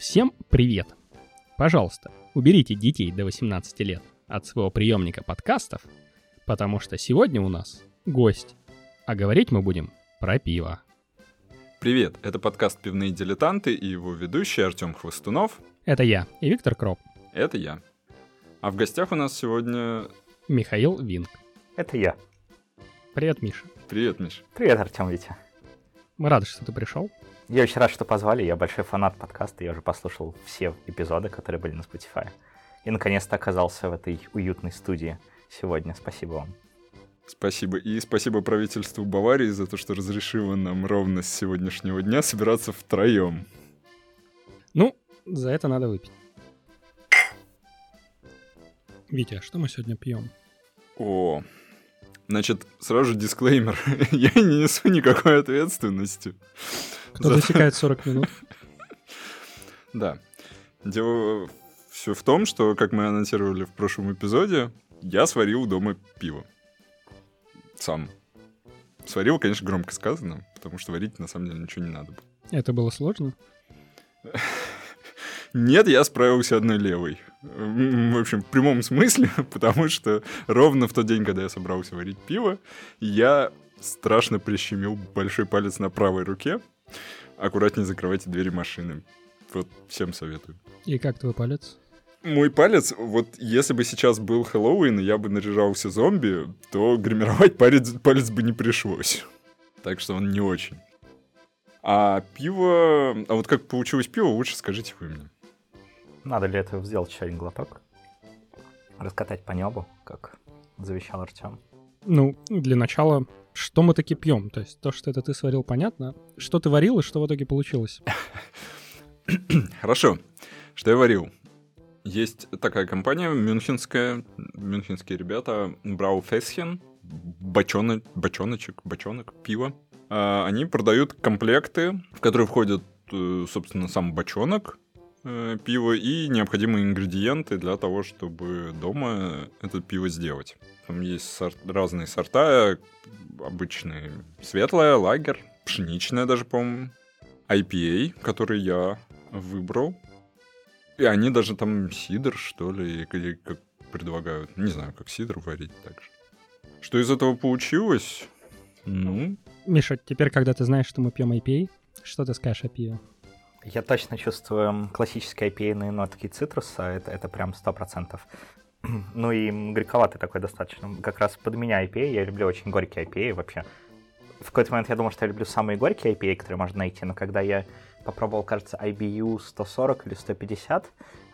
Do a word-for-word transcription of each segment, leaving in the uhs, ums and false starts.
Всем привет! Пожалуйста, уберите детей до восемнадцати лет от своего приемника подкастов, потому что сегодня у нас гость, а говорить мы будем про пиво. Привет, это подкаст «Пивные дилетанты» и его ведущий Артем Хвостунов. Это я и Виктор Кроп. Это я. А в гостях у нас сегодня... Михаил Винг. Это я. Привет, Миша. Привет, Миша. Привет, Артем, Витя. Мы рады, что ты пришел. Я очень рад, что позвали. Я большой фанат подкаста. Я уже послушал все эпизоды, которые были на Spotify. И наконец-то оказался в этой уютной студии сегодня. Спасибо вам. Спасибо. И спасибо правительству Баварии за то, что разрешило нам ровно с сегодняшнего дня собираться втроем. Ну, за это надо выпить. Витя, а что мы сегодня пьем? О, значит, сразу же дисклеймер. Я не несу никакой ответственности. Кто за... засекает сорок минут. Да. Дело все в том, что, как мы анонсировали в прошлом эпизоде, я сварил дома пиво. Сам. Сварил, конечно, громко сказано, потому что варить на самом деле ничего не надо было. Это было сложно? Нет, я справился одной левой. В общем, в прямом смысле, потому что ровно в тот день, когда я собрался варить пиво, я страшно прищемил большой палец на правой руке. Аккуратнее закрывайте двери машины. Вот всем советую. И как твой палец? Мой палец, вот если бы сейчас был Хэллоуин, и я бы наряжался зомби, то гримировать палец, палец бы не пришлось. Так что он не очень. А пиво... А вот как получилось пиво, лучше скажите вы мне. Надо для этого сделать еще один глоток. Раскатать по небу, как завещал Артем. Ну, для начала, что мы таки пьем? То есть то, что это ты сварил, понятно. Что ты варил и что в итоге получилось? Хорошо. Что я варил? Есть такая компания мюнхенская, мюнхенские ребята, Braufässchen, бочонок, бочоночек, бочонок, пиво. Они продают комплекты, в которые входят, собственно, сам бочонок пива и необходимые ингредиенты для того, чтобы дома это пиво сделать. Там есть сорт, разные сорта, обычные светлое, лагер, пшеничное даже, по-моему, ай пи эй, который я выбрал. И они даже там сидр, что ли, или как предлагают. Не знаю, как сидр варить так же. Что из этого получилось? Ну... Миша, теперь, когда ты знаешь, что мы пьем ай пи эй, что ты скажешь о пиве? Я точно чувствую классические ай пи эй-ные нотки цитруса. Это, это прям сто процентов. Ну и горьковатый такой достаточно. Как раз под меня ай пи эй. Я люблю очень горькие ай пи эй вообще. В какой-то момент я думал, что я люблю самые горькие ай пи эй, которые можно найти, но когда я попробовал, кажется, ай би ю сто сорок или сто пятьдесят,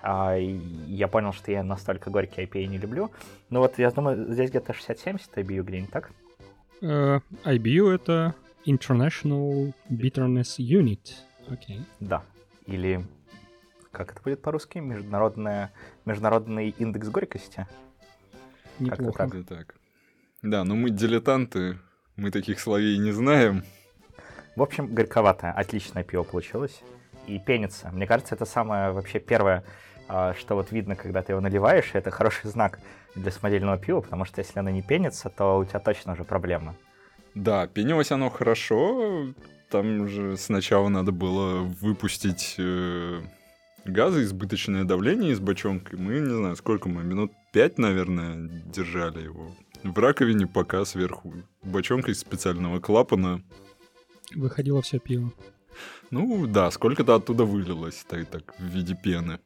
я понял, что я настолько горькие ай пи эй не люблю. Ну вот я думаю, здесь где-то шестьдесят-семьдесят ай би ю где-нибудь, так? Uh, ай би ю — это International Bitterness Unit. Окей. Okay. Да. Или, как это будет по-русски? Международная... Международный индекс горькости? Неплохо. Так. так. Да, но мы дилетанты, мы таких словей не знаем. В общем, горьковатое, отличное пиво получилось. И пенится. Мне кажется, это самое вообще первое, что вот видно, когда ты его наливаешь, и это хороший знак для самодельного пива, потому что если оно не пенится, то у тебя точно уже проблема. Да, пенилось оно хорошо. Там же сначала надо было выпустить э, газы, избыточное давление из бочонка. Мы, не знаю, сколько мы, минут пять, наверное, держали его в раковине, пока сверху бочонка из специального клапана выходило все пиво. Ну да, сколько-то оттуда вылилось, так, так, в виде пены.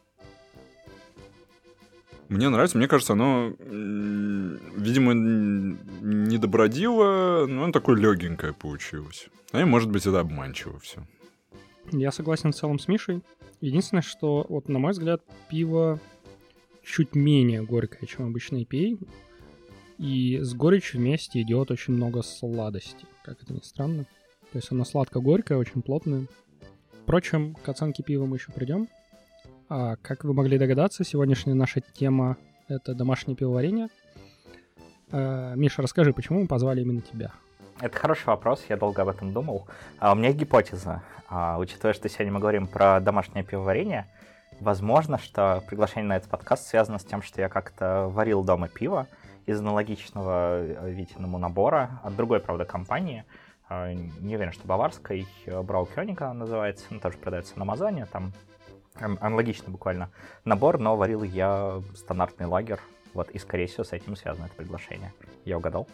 Мне нравится, мне кажется, оно, видимо, не добродило, но оно такое легенькое получилось. А может быть, это обманчиво все. Я согласен в целом с Мишей. Единственное, что, вот на мой взгляд, пиво чуть менее горькое, чем обычный ай пи эй. И с горечью вместе идет очень много сладости, как это ни странно. То есть оно сладко-горькое, очень плотное. Впрочем, к оценке пива мы еще придем. А, как вы могли догадаться, сегодняшняя наша тема — это домашнее пивоварение. А, Миша, расскажи, почему мы позвали именно тебя? Это хороший вопрос, я долго об этом думал. А у меня есть гипотеза. А, учитывая, что сегодня мы говорим про домашнее пивоварение, возможно, что приглашение на этот подкаст связано с тем, что я как-то варил дома пиво из аналогичного Витиному набора от другой, правда, компании. Не уверен, что баварской, Braukönige называется, ну, тоже продается на Амазоне, там Аналогично буквально набор, но варил я стандартный лагер. Вот, и, скорее всего, с этим связано это приглашение. Я угадал?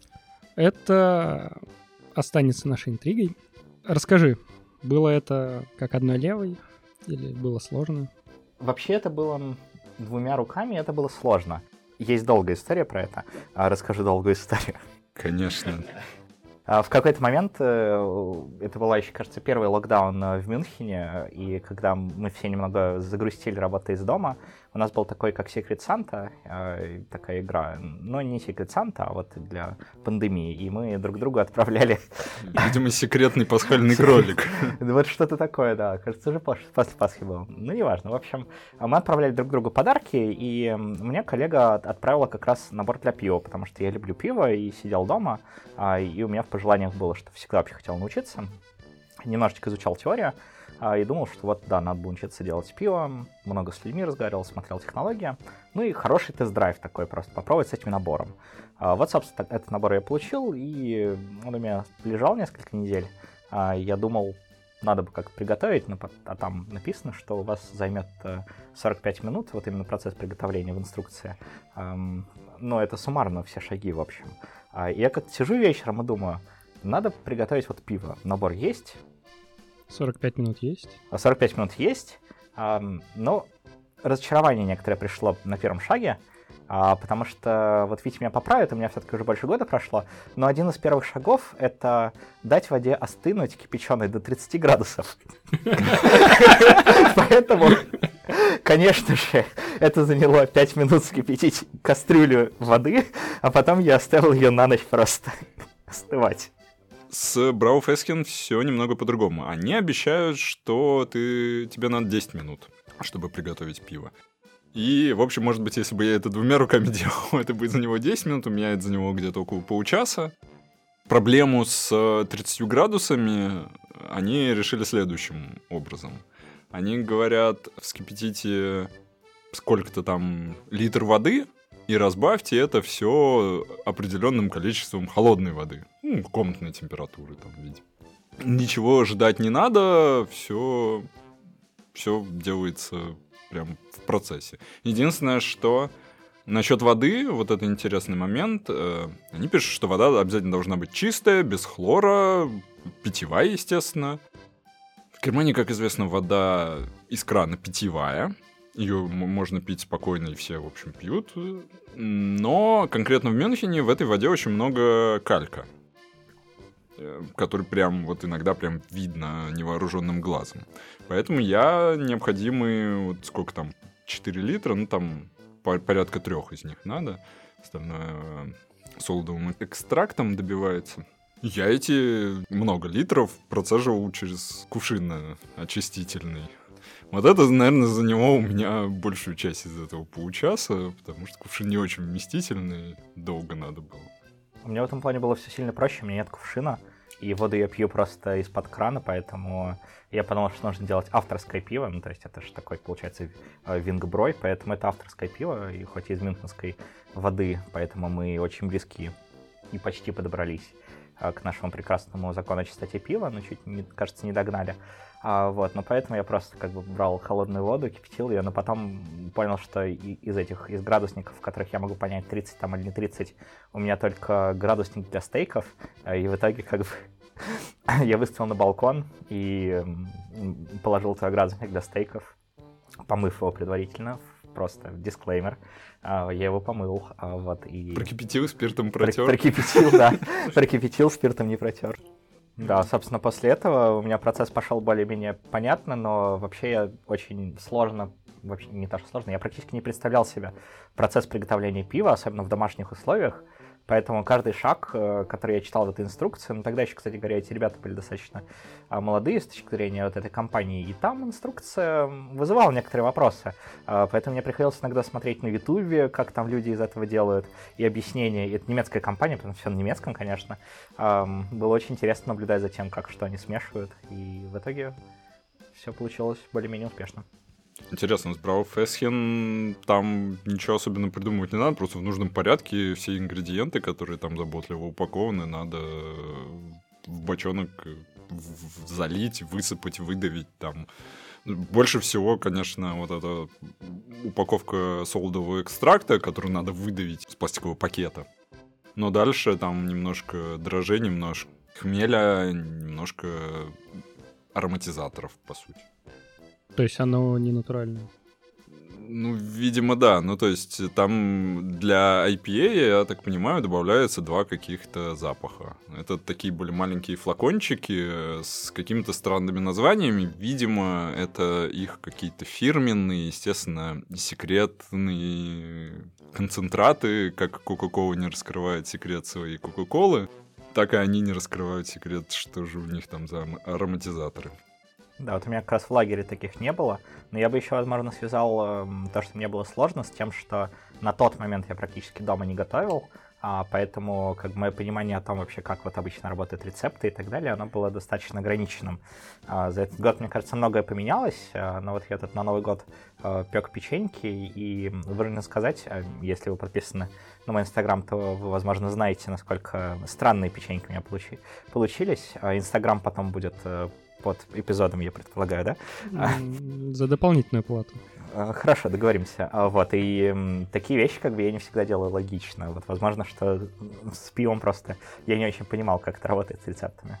Это останется нашей интригой. Расскажи, было это как одной левой или было сложно? Вообще это было двумя руками, это было сложно. Есть долгая история про это. Расскажу долгую историю. Конечно. В какой-то момент, это была еще, кажется, первый локдаун в Мюнхене, и когда мы все немного загрустили, работая из дома, у нас был такой, как Secret Santa, такая игра, но не Secret Santa, а вот для пандемии, и мы друг другу отправляли... Видимо, секретный пасхальный кролик. Вот что-то такое, да, кажется, уже после Пасхи был. Ну, неважно, в общем, мы отправляли друг другу подарки, и мне коллега отправила как раз набор для пива, потому что я люблю пиво и сидел дома, и у меня в пожеланиях было, что всегда вообще хотел научиться. Немножечко изучал теорию и думал, что вот, да, надо бы учиться делать пиво. Много с людьми разговаривал, смотрел технологии. Ну и хороший тест-драйв такой, просто попробовать с этим набором. Вот, собственно, этот набор я получил, и он у меня лежал несколько недель. Я думал, надо бы как-то приготовить, но, а там написано, что у вас займет сорок пять минут, вот именно процесс приготовления в инструкции. Но это суммарно все шаги, в общем. И я как-то сижу вечером и думаю, надо приготовить вот пиво. Набор есть. сорок пять минут есть. сорок пять минут есть. Но разочарование некоторое пришло на первом шаге, потому что, вот Витя меня поправит, у меня все-таки уже больше года прошло, но один из первых шагов — это дать воде остынуть кипяченой до тридцати градусов. Поэтому, конечно же, это заняло пять минут вскипятить кастрюлю воды, а потом я оставил ее на ночь просто остывать. С Brau Fässchen все немного по-другому. Они обещают, что ты, тебе надо десять минут, чтобы приготовить пиво. И, в общем, может быть, если бы я это двумя руками делал, это будет за него десять минут, у меня это за него где-то около получаса. Проблему с тридцатью градусами они решили следующим образом. Они говорят, вскипятите сколько-то там литр воды и разбавьте это все определенным количеством холодной воды. Ну, комнатной температуры там, видимо. Ничего ждать не надо, все, все делается прям в процессе. Единственное, что насчет воды, вот это интересный момент, э, они пишут, что вода обязательно должна быть чистая, без хлора, питьевая, естественно. В Германии, как известно, вода из крана питьевая. Ее можно пить спокойно, и все, в общем, пьют. Но конкретно в Мюнхене в этой воде очень много калька, который прям вот иногда прям видно невооруженным глазом. Поэтому я необходимые, вот сколько там, четыре литра, ну там порядка трех из них надо. Остальное солодовым экстрактом добивается. Я эти много литров процеживал через кувшин очистительный. Вот это, наверное, заняло у меня большую часть из этого получаса, потому что кувшин не очень вместительный, долго надо было. У меня в этом плане было все сильно проще, у меня нет кувшина, и воду я пью просто из-под крана, поэтому я подумал, что нужно делать авторское пиво, ну, то есть это же такой, получается, вингброй, поэтому это авторское пиво, и хоть из мюнхенской воды, поэтому мы очень близки и почти подобрались к нашему прекрасному закону о чистоте пива, но чуть, не, кажется, не догнали. А, вот, но поэтому я просто как бы брал холодную воду, кипятил ее, но потом понял, что и, из этих, из градусников, в которых я могу понять, тридцать там или не тридцать, у меня только градусник для стейков, и в итоге как бы я выставил на балкон и положил туда градусник для стейков, помыв его предварительно, просто дисклеймер, я его помыл, вот, и... Прокипятил, спиртом протер. Прокипятил, да, прокипятил, спиртом не протер. Да, собственно, после этого у меня процесс пошел более-менее понятно, но вообще я очень сложно, вообще не так сложно, я практически не представлял себе процесс приготовления пива, особенно в домашних условиях, поэтому каждый шаг, который я читал в этой инструкции, ну тогда еще, кстати говоря, эти ребята были достаточно молодые с точки зрения вот этой компании, и там инструкция вызывала некоторые вопросы, поэтому мне приходилось иногда смотреть на Ютубе, как там люди из этого делают, и объяснения, и это немецкая компания, потому что все на немецком, конечно, было очень интересно наблюдать за тем, как что они смешивают, и в итоге все получилось более-менее успешно. Интересно, с Brau Fässchen там ничего особенно придумывать не надо, просто в нужном порядке все ингредиенты, которые там заботливо упакованы, надо в бочонок залить, высыпать, выдавить там. Больше всего, конечно, вот эта упаковка солодового экстракта, которую надо выдавить из пластикового пакета. Но дальше там немножко дрожжей, немножко хмеля, немножко ароматизаторов, по сути. То есть оно не натуральное? Ну, видимо, да. Ну, то есть там для ай пи эй, я так понимаю, добавляются два каких-то запаха. Это такие более маленькие флакончики с какими-то странными названиями. Видимо, это их какие-то фирменные, естественно, секретные концентраты, как Кока-Кола не раскрывает секрет своей Кока-Колы, так и они не раскрывают секрет, что же у них там за ароматизаторы. Да, вот у меня как раз в лагере таких не было, но я бы еще, возможно, связал э, то, что мне было сложно, с тем, что на тот момент я практически дома не готовил, а, поэтому как бы мое понимание о том вообще, как вот обычно работают рецепты и так далее, оно было достаточно ограниченным. А, за этот год, мне кажется, многое поменялось, а, но вот я тут на Новый год а, пек печеньки, и вынужден сказать, а, если вы подписаны на мой инстаграм, то вы, возможно, знаете, насколько странные печеньки у меня получи- получились. Инстаграм потом будет... под эпизодом, я предполагаю, да? За дополнительную плату. Хорошо, договоримся. Вот, и м, такие вещи, как бы, я не всегда делаю логично. Вот, возможно, что с пивом просто я не очень понимал, как это работает с рецептами.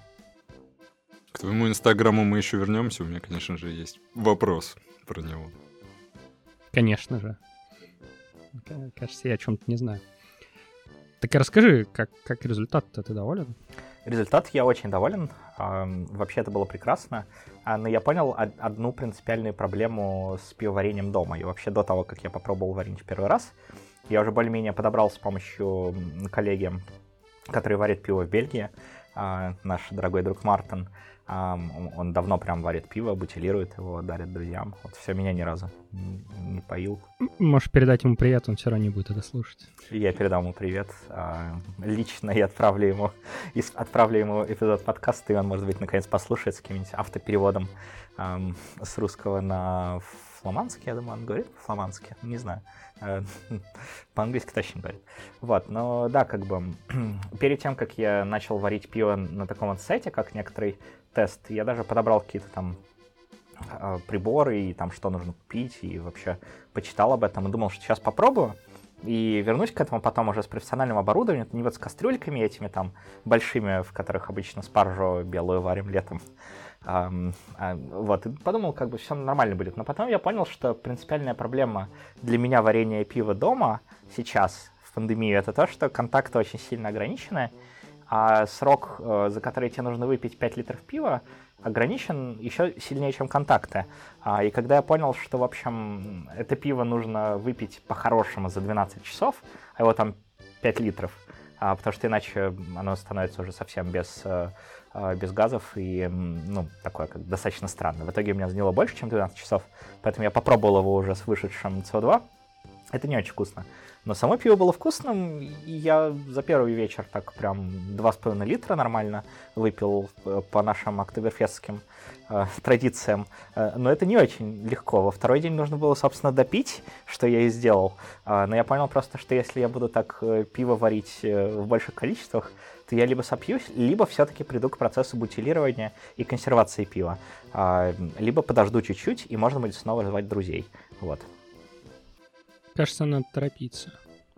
К твоему инстаграму мы еще вернемся. У меня, конечно же, есть вопрос про него. Конечно же. Кажется, я о чем-то не знаю. Так и расскажи, как, как результат-то, ты доволен? Результат я очень доволен. Вообще это было прекрасно. Но я понял одну принципиальную проблему с пивоварением дома. И вообще до того, как я попробовал варить в первый раз, я уже более-менее подобрал с помощью коллеги, который варит пиво в Бельгии, наш дорогой друг Мартин. Он давно прям варит пиво, бутилирует его, дарит друзьям. Вот все, меня ни разу не поил. Можешь передать ему привет, он все равно не будет это слушать. Я передам ему привет. Лично я отправлю ему, отправлю ему эпизод подкаста, и он, может быть, наконец послушает с каким-нибудь автопереводом с русского на фламандский, я думаю, он говорит по-фламандски, не знаю. По-английски точно не говорит. Вот, но да, как бы перед тем, как я начал варить пиво на таком вот сете, как некоторый тест, я даже подобрал какие-то там приборы и там что нужно купить, и вообще почитал об этом и думал, что сейчас попробую и вернусь к этому потом уже с профессиональным оборудованием, не вот с кастрюльками этими там большими, в которых обычно спаржу белую варим летом. А, а, вот, и подумал, как бы все нормально будет. Но потом я понял, что принципиальная проблема для меня варения пива дома сейчас, в пандемию, это то, что контакты очень сильно ограничены, а срок, за который тебе нужно выпить пять литров пива, ограничен еще сильнее, чем контакты. А, и когда я понял, что, в общем, это пиво нужно выпить по-хорошему за двенадцать часов, а его там пять литров, а, потому что иначе оно становится уже совсем без, без газов и, ну, такое как достаточно странно. В итоге у меня заняло больше, чем двенадцать часов, поэтому я попробовал его уже с вышедшим си о два. Это не очень вкусно. Но само пиво было вкусным, и я за первый вечер так прям два с половиной литра нормально выпил по нашим октоберфестским э, традициям. Э, но это не очень легко. Во второй день нужно было, собственно, допить, что я и сделал. Э, но я понял просто, что если я буду так э, пиво варить э, в больших количествах, то я либо сопьюсь, либо все-таки приду к процессу бутилирования и консервации пива. Э, либо подожду чуть-чуть, и можно будет снова звать друзей. Вот. Кажется, надо торопиться.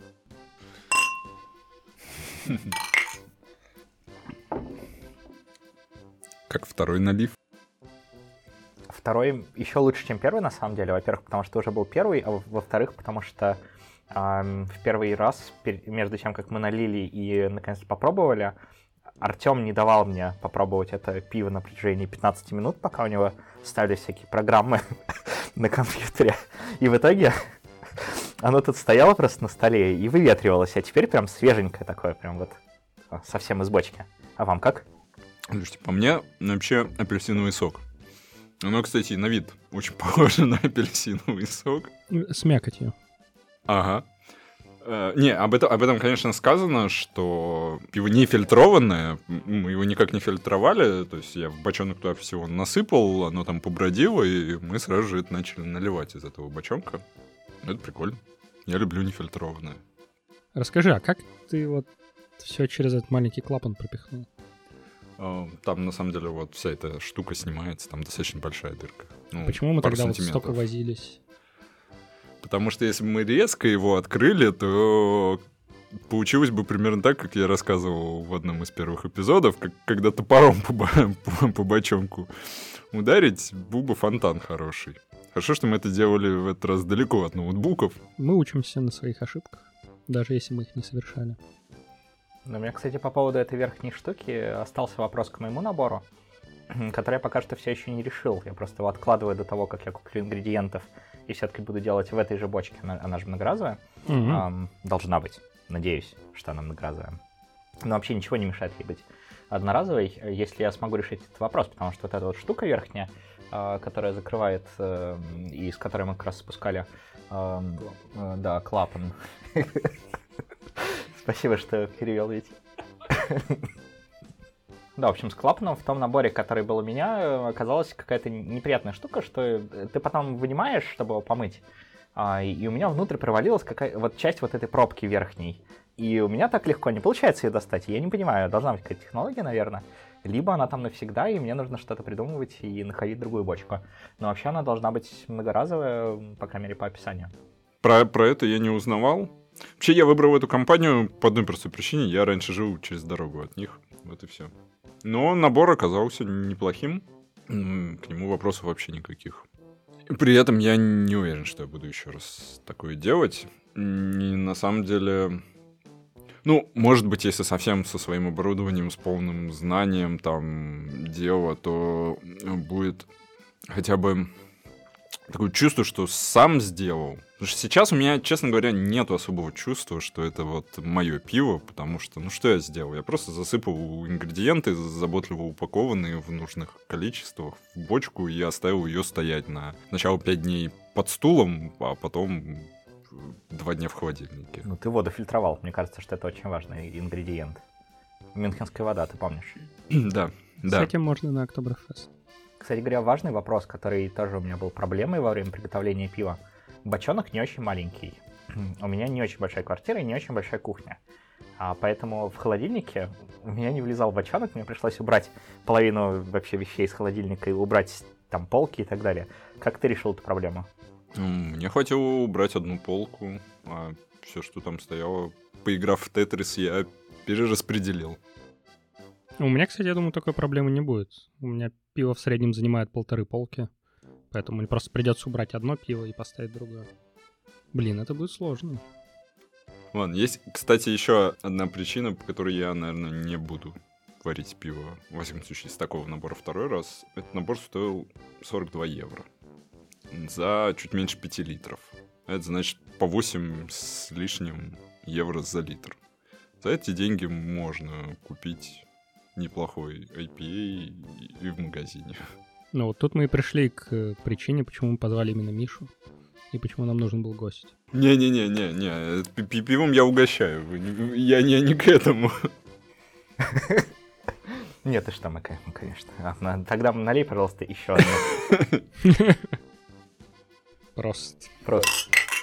Как второй налив? Второй еще лучше, чем первый, на самом деле. Во-первых, потому что уже был первый, а во-вторых, потому что э, в первый раз, между тем, как мы налили и наконец-то попробовали, Артем не давал мне попробовать это пиво на протяжении пятнадцати минут, пока у него ставились всякие программы на компьютере. И в итоге оно тут стояло просто на столе и выветривалось, а теперь прям свеженькое такое, прям вот совсем из бочки. А вам как? Слушайте, по мне вообще апельсиновый сок. Оно, кстати, на вид очень похоже на апельсиновый сок. С мякотью. Ага. Э, не, об этом, об этом, конечно, сказано, что пиво не фильтрованное, мы его никак не фильтровали, то есть я в бочонок туда всего насыпал, оно там побродило, и мы сразу же это начали наливать из этого бочонка. Это прикольно. Я люблю нефильтрованное. Расскажи, а как ты вот все через этот маленький клапан пропихнул? Там, на самом деле, вот вся эта штука снимается, там достаточно большая дырка. Ну, Почему мы тогда вот столько возились? Потому что если бы мы резко его открыли, то получилось бы примерно так, как я рассказывал в одном из первых эпизодов, как когда топором по, по, по бочонку ударить, был бы фонтан хороший. Хорошо, что мы это делали в этот раз далеко от ноутбуков. Мы учимся на своих ошибках, даже если мы их не совершали. Но у меня, кстати, по поводу этой верхней штуки остался вопрос к моему набору, который я пока что все еще не решил. Я просто его откладываю до того, как я куплю ингредиентов и все-таки буду делать в этой же бочке. Она, она же многоразовая. Угу. Эм, должна быть. Надеюсь, что она многоразовая. Но вообще ничего не мешает ей быть одноразовой, если я смогу решить этот вопрос, потому что вот эта вот штука верхняя, э, которая закрывает, э, и с которой мы как раз спускали... Э, э, да, клапан. Спасибо, что перевел, ведь. Да, в общем, с клапаном в том наборе, который был у меня, оказалась какая-то неприятная штука, что ты потом вынимаешь, чтобы его помыть, и у меня внутрь провалилась какая вот часть вот этой пробки верхней. И у меня так легко не получается ее достать. Я не понимаю, должна быть какая-то технология, наверное. Либо она там навсегда, и мне нужно что-то придумывать и находить другую бочку. Но вообще она должна быть многоразовая, по крайней мере, по описанию. Про, про это я не узнавал. Вообще, я выбрал эту компанию по одной простой причине. Я раньше жил через дорогу от них. Вот и все. Но набор оказался неплохим. К нему вопросов вообще никаких. При этом я не уверен, что я буду еще раз такое делать. И на самом деле... Ну, может быть, если совсем со своим оборудованием, с полным знанием там дела, то будет хотя бы такое чувство, что сам сделал. Потому что сейчас у меня, честно говоря, нету особого чувства, что это вот мое пиво, потому что, ну что я сделал? Я просто засыпал ингредиенты, заботливо упакованные в нужных количествах, в бочку и оставил ее стоять на сначала пять дней под стулом, а потом два дня в холодильнике. Ну, ты воду фильтровал. Мне кажется, что это очень важный ингредиент. Мюнхенская вода, ты помнишь? Да, да. С этим можно на Октоберфест. Кстати говоря, важный вопрос, который тоже у меня был проблемой во время приготовления пива. Бочонок не очень маленький. У меня не очень большая квартира и не очень большая кухня. А поэтому в холодильнике у меня не влезал бочонок, мне пришлось убрать половину вообще вещей из холодильника и убрать там полки и так далее. Как ты решил эту проблему? Мне хватило убрать одну полку, а все, что там стояло, поиграв в Тетрис, я перераспределил. У меня, кстати, я думаю, такой проблемы не будет. У меня пиво в среднем занимает полторы полки, поэтому мне просто придется убрать одно пиво и поставить другое. Блин, это будет сложно. Ладно, есть, кстати, еще одна причина, по которой я, наверное, не буду варить пиво, во всяком случае, из такого набора второй раз. Этот набор стоил сорок два евро за чуть меньше пяти литров. Это значит по восемь с лишним евро за литр. За эти деньги можно купить неплохой ай пи эй и в магазине. Ну вот тут мы и пришли к причине, почему мы позвали именно Мишу и почему нам нужен был гость. Не-не-не-не-не, пивом я угощаю, я не, не к этому. Нет, ты что, мы, конечно. Тогда налей, пожалуйста, еще одну. Просто. Просто.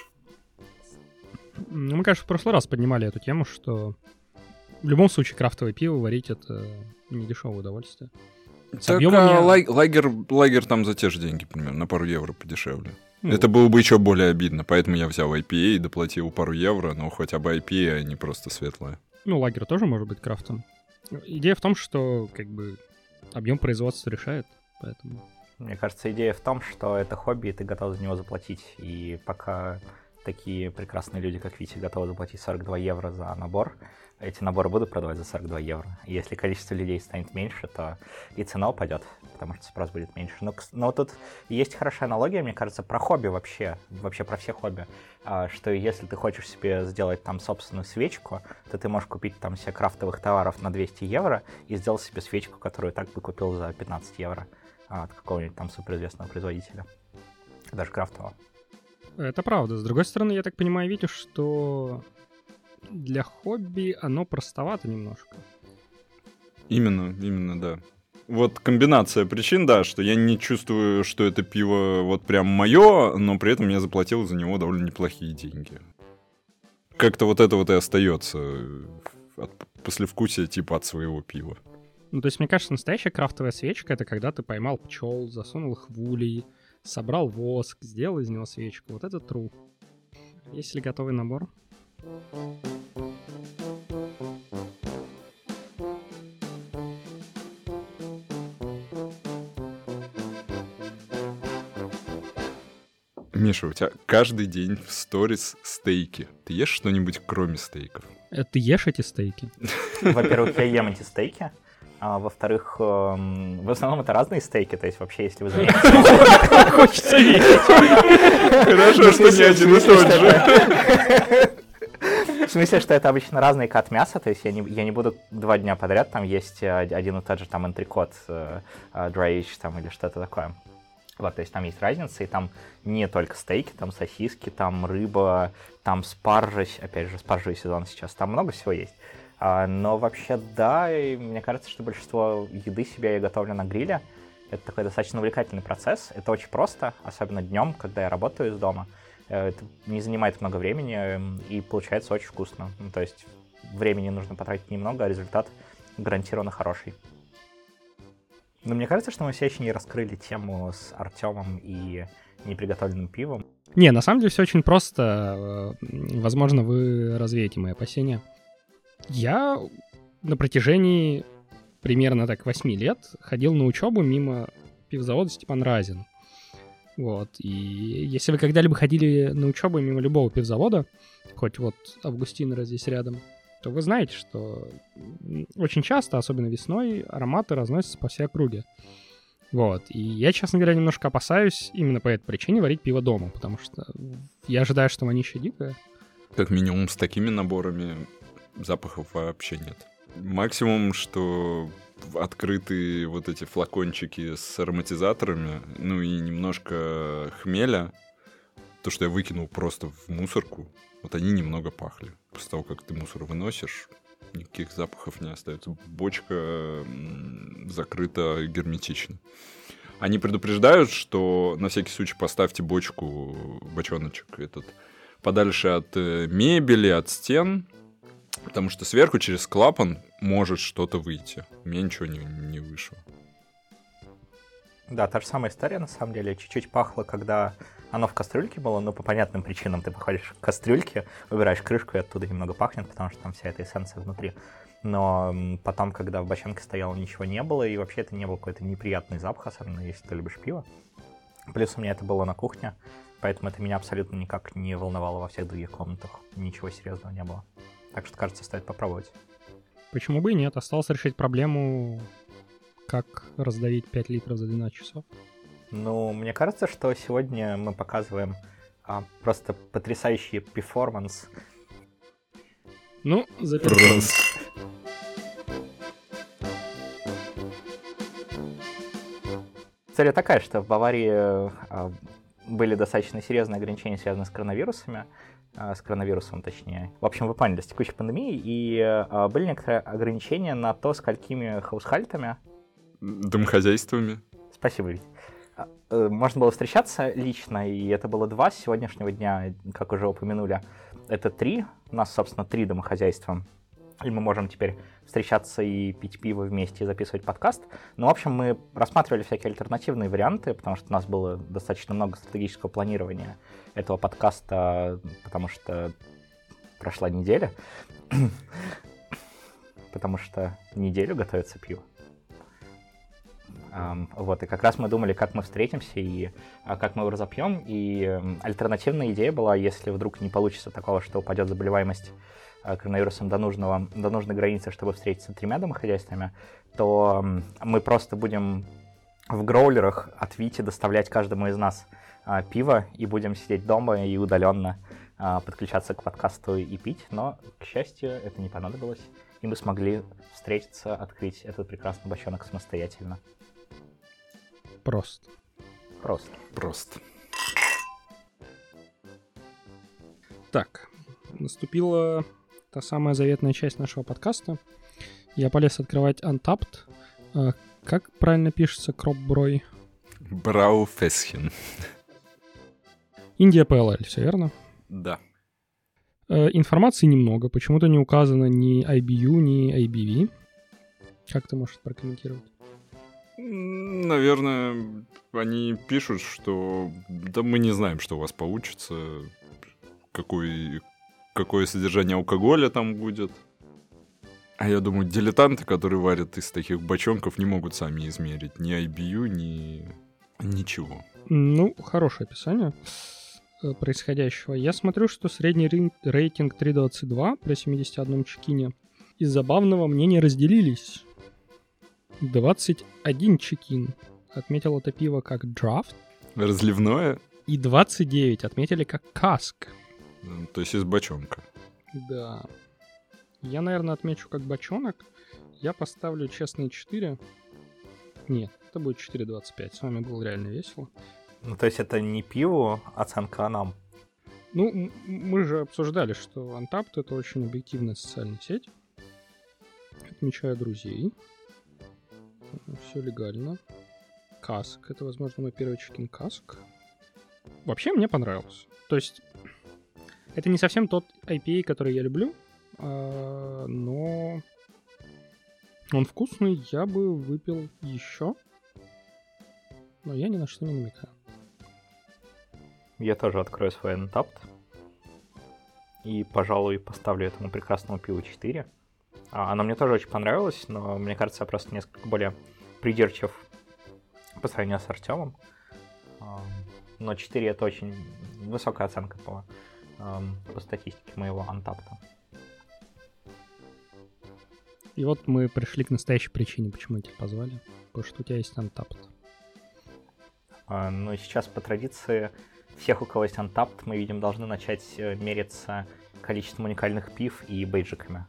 Ну, мы, конечно, в прошлый раз поднимали эту тему, что в любом случае крафтовое пиво варить — это не дешевое удовольствие. Так, объемами... а лаг... лагер, лагер там за те же деньги примерно, на пару евро подешевле. Ну, это было бы еще более обидно, поэтому я взял ай пи эй и доплатил пару евро, но хотя бы ай пи эй, а не просто светлое. Ну, лагер тоже может быть крафтом. Идея в том, что как бы объем производства решает, поэтому... Мне кажется, идея в том, что это хобби, и ты готов за него заплатить. И пока такие прекрасные люди, как Витя, готовы заплатить сорок два евро за набор, эти наборы будут продавать за сорок два евро. И если количество людей станет меньше, то и цена упадет, потому что спрос будет меньше. Но, но тут есть хорошая аналогия, мне кажется, про хобби вообще, вообще про все хобби, что если ты хочешь себе сделать там собственную свечку, то ты можешь купить там себе крафтовых товаров на двести евро и сделать себе свечку, которую так бы купил за пятнадцать евро. От какого-нибудь там суперизвестного производителя. Даже крафтового. Это правда. С другой стороны, я так понимаю, Витя, что для хобби оно простовато немножко. Именно, именно, да. Вот комбинация причин, да, что я не чувствую, что это пиво вот прям мое, но при этом я заплатил за него довольно неплохие деньги. Как-то вот это вот и остается от послевкусия типа от своего пива. Ну, то есть, мне кажется, настоящая крафтовая свечка — это когда ты поймал пчел, засунул их в улей, собрал воск, сделал из него свечку. Вот это true. Есть ли готовый набор? Миша, у тебя каждый день в сторис стейки. Ты ешь что-нибудь кроме стейков? Это ты ешь эти стейки? Во-первых, я ем эти стейки. А, во-вторых, эм, в основном это разные стейки, то есть вообще, если вы заметите... Хочется есть. Хорошо, что не один и тот же. В смысле, что это обычно разный кат мяса, то есть я не, я не буду два дня подряд там есть один и тот же там антрикот, э, dry aged там или что-то такое. Вот, то есть там есть разница, и там не только стейки, там сосиски, там рыба, там спаржа, опять же, спаржевый сезон сейчас, там много всего есть. А, но вообще, да, и мне кажется, что большинство еды себе я готовлю на гриле. Это такой достаточно увлекательный процесс. Это очень просто, особенно днем, когда я работаю из дома. Это не занимает много времени, и получается очень вкусно. Ну, то есть времени нужно потратить немного, а результат гарантированно хороший. Но мне кажется, что мы все еще не раскрыли тему с Артемом и неприготовленным пивом. Не, на самом деле все очень просто. Возможно, вы развеете мои опасения. Я на протяжении примерно так восьми лет ходил на учебу мимо пивзавода Степан Разин. Вот. И если вы когда-либо ходили на учебу мимо любого пивзавода, хоть вот Августинера здесь рядом, то вы знаете, что очень часто, особенно весной, ароматы разносятся по всей округе. Вот. И я, честно говоря, немножко опасаюсь именно по этой причине варить пиво дома, потому что я ожидаю, что вонища дикая. Как минимум с такими наборами запахов вообще нет. Максимум, что открытые вот эти флакончики с ароматизаторами, ну и немножко хмеля, то, что я выкинул просто в мусорку, вот они немного пахли. После того, как ты мусор выносишь, никаких запахов не остается. Бочка закрыта герметично. Они предупреждают, что на всякий случай поставьте бочку, бочоночек этот, подальше от мебели, от стен, потому что сверху через клапан может что-то выйти. У меня ничего не, не вышло. Да, та же самая история, на самом деле. Чуть-чуть пахло, когда оно в кастрюльке было, но по понятным причинам ты подходишь к кастрюльке, выбираешь крышку, и оттуда немного пахнет, потому что там вся эта эссенция внутри. Но потом, когда в бочонке стояло, ничего не было, и вообще это не был какой-то неприятный запах, особенно если ты любишь пиво. Плюс у меня это было на кухне, поэтому это меня абсолютно никак не волновало во всех других комнатах. Ничего серьезного не было. Так что, кажется, стоит попробовать. Почему бы и нет? Осталось решить проблему, как раздавить пять литров за двенадцать часов. Ну, мне кажется, что сегодня мы показываем а, просто потрясающий перформанс. Ну, за перформанс. Цель такая, что в Баварии а, были достаточно серьезные ограничения, связанные с коронавирусами, а, с коронавирусом точнее. В общем, вы поняли, с текущей пандемией, и а, были некоторые ограничения на то, сколькими хаусхальтами, домохозяйствами. Спасибо, Вить. Можно было встречаться лично, и это было два с сегодняшнего дня, как уже упомянули. Это три. У нас, собственно, три домохозяйства. И мы можем теперь встречаться и пить пиво вместе и записывать подкаст. Но, в общем, мы рассматривали всякие альтернативные варианты, потому что у нас было достаточно много стратегического планирования этого подкаста, потому что прошла неделя. Потому что неделю готовится пиво. Um, вот, и как раз мы думали, как мы встретимся и а, как мы его разопьем. И um, альтернативная идея была, если вдруг не получится такого, что упадет заболеваемость а, коронавирусом до, нужного, до нужной границы, чтобы встретиться тремя домохозяйствами, то um, мы просто будем в гроулерах от Вити доставлять каждому из нас а, пиво и будем сидеть дома и удаленно а, подключаться к подкасту и пить. Но, к счастью, это не понадобилось, и мы смогли встретиться, открыть этот прекрасный бочонок самостоятельно. Просто. Просто. Просто. Так, наступила та самая заветная часть нашего подкаста. Я полез открывать Untapped. А, как правильно пишется Кропброй? Брау Фесхен. Индия пи эл эль, все верно? Да. Э, информации немного. Почему-то не указано ни ай би ю, ни эй би ви. Как ты можешь прокомментировать? Наверное, они пишут, что да мы не знаем, что у вас получится, какой, какое содержание алкоголя там будет. А я думаю, дилетанты, которые варят из таких бочонков, не могут сами измерить ни ай би ю, ни ничего. Ну, хорошее описание происходящего. Я смотрю, что средний рейтинг три двадцать два при семидесяти одном чекине. Из забавного мнения разделились. двадцать один чекин отметил это пиво как драфт. Разливное? И двадцать девять отметили как каск. То есть из бочонка. Да. Я, наверное, отмечу как бочонок. Я поставлю честные четыре. Нет, это будет четыре двадцать пять. С вами было реально весело. Ну, то есть это не пиву оценка, а нам. Ну, м- мы же обсуждали, что Untappd — это очень объективная социальная сеть. Отмечаю друзей. Все легально. Каск. Это, возможно, мой первый чекин каск. Вообще мне понравилось. То есть это не совсем тот ай пи эй, который я люблю, но он вкусный, я бы выпил еще. Но я ни на что не намекаю. Я тоже открою свой Untappd. И, пожалуй, поставлю этому прекрасному пиву четыре. Оно мне тоже очень понравилось, но мне кажется, я просто несколько более придирчив по сравнению с Артемом. Но четыре — это очень высокая оценка по, по статистике моего Untappd. И вот мы пришли к настоящей причине, почему тебя позвали. Потому что у тебя есть Untappd. Ну и сейчас по традиции всех, у кого есть Untappd, мы, видим, должны начать мериться количеством уникальных пив и бейджиками.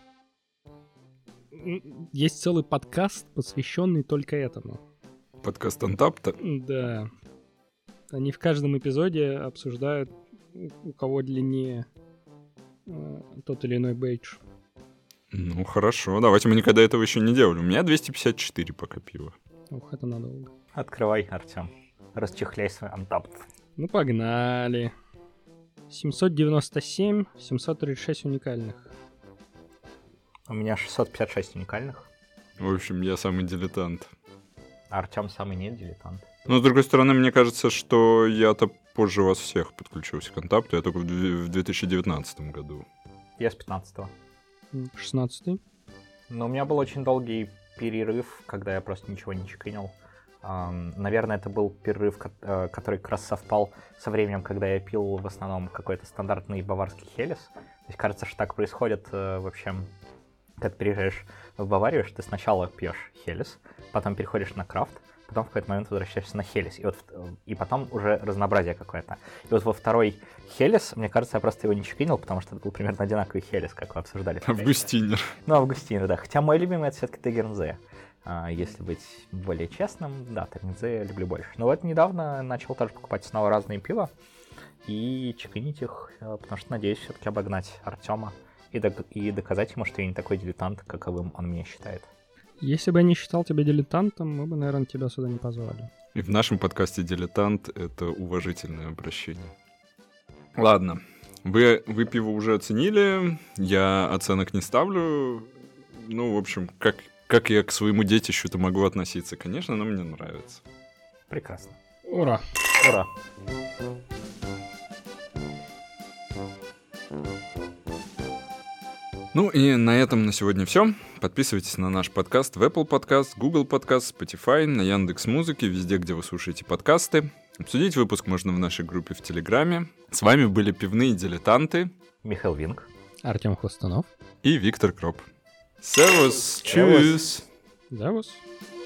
Есть целый подкаст, посвященный только этому. Подкаст Untappd? Да. Они в каждом эпизоде обсуждают, у кого длиннее э, тот или иной бейдж. Ну, хорошо. Давайте, мы никогда этого еще не делали. У меня двести пятьдесят четыре пока пива. Ух, это надолго. Открывай, Артем. Расчехляй свой Untappd. Ну, погнали. семьсот девяносто семь, семьсот тридцать шесть уникальных. У меня шестьсот пятьдесят шесть уникальных. В общем, я самый дилетант. А Артем самый не дилетант. Но, с другой стороны, мне кажется, что я-то позже вас всех подключился к Untappd. Я только в две тысячи девятнадцатом году. Я с пятнадцатого. шестнадцатый. Но у меня был очень долгий перерыв, когда я просто ничего не чекинил. Наверное, это был перерыв, который как раз совпал со временем, когда я пил в основном какой-то стандартный баварский хелес. То есть кажется, что так происходит вообще, когда ты приезжаешь в Баварию, что ты сначала пьешь хелес, потом переходишь на крафт, потом в какой-то момент возвращаешься на хелес, и, вот, и потом уже разнообразие какое-то. И вот во второй хелес, мне кажется, я просто его не чекинил, потому что это был примерно одинаковый хелес, как вы обсуждали. Августинер. Ну, Августинер, да. Хотя мой любимый — это все-таки Тегернзе. Если быть более честным, да, Тегернзе я люблю больше. Но вот недавно начал тоже покупать снова разные пива и чекинить их, потому что надеюсь все-таки обогнать Артема и, док- и доказать ему, что я не такой дилетант, каковым он меня считает. Если бы я не считал тебя дилетантом, мы бы, наверное, тебя сюда не позвали. И в нашем подкасте «Дилетант» — это уважительное обращение. Ладно, вы, вы пиво уже оценили, я оценок не ставлю. Ну, в общем, как, как я к своему детищу-то могу относиться? Конечно, оно мне нравится. Прекрасно. Ура! Ура! Ну и на этом на сегодня все. Подписывайтесь на наш подкаст в Apple Podcast, Google Podcast, Spotify, на Яндекс.Музыке, везде, где вы слушаете подкасты. Обсудить выпуск можно в нашей группе в Телеграме. С вами были пивные дилетанты Михаил Винг. Артем Хвостунов. И Виктор Кроп. Servus, tschüss. Servus.